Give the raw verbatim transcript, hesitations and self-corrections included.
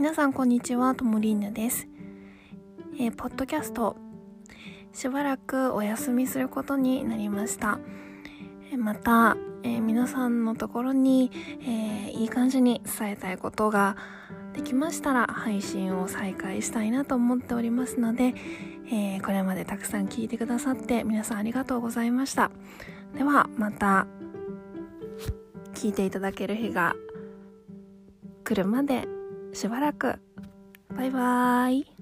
皆さんこんにちは、ともりんぬです。えー、ポッドキャストしばらくお休みすることになりました。えー、また、えー、皆さんのところに、えー、いい感じに伝えたいことができましたら配信を再開したいなと思っておりますので、えー、これまでたくさん聞いてくださって皆さんありがとうございました。ではまた聞いていただける日が来るまでしばらくバイバーイ。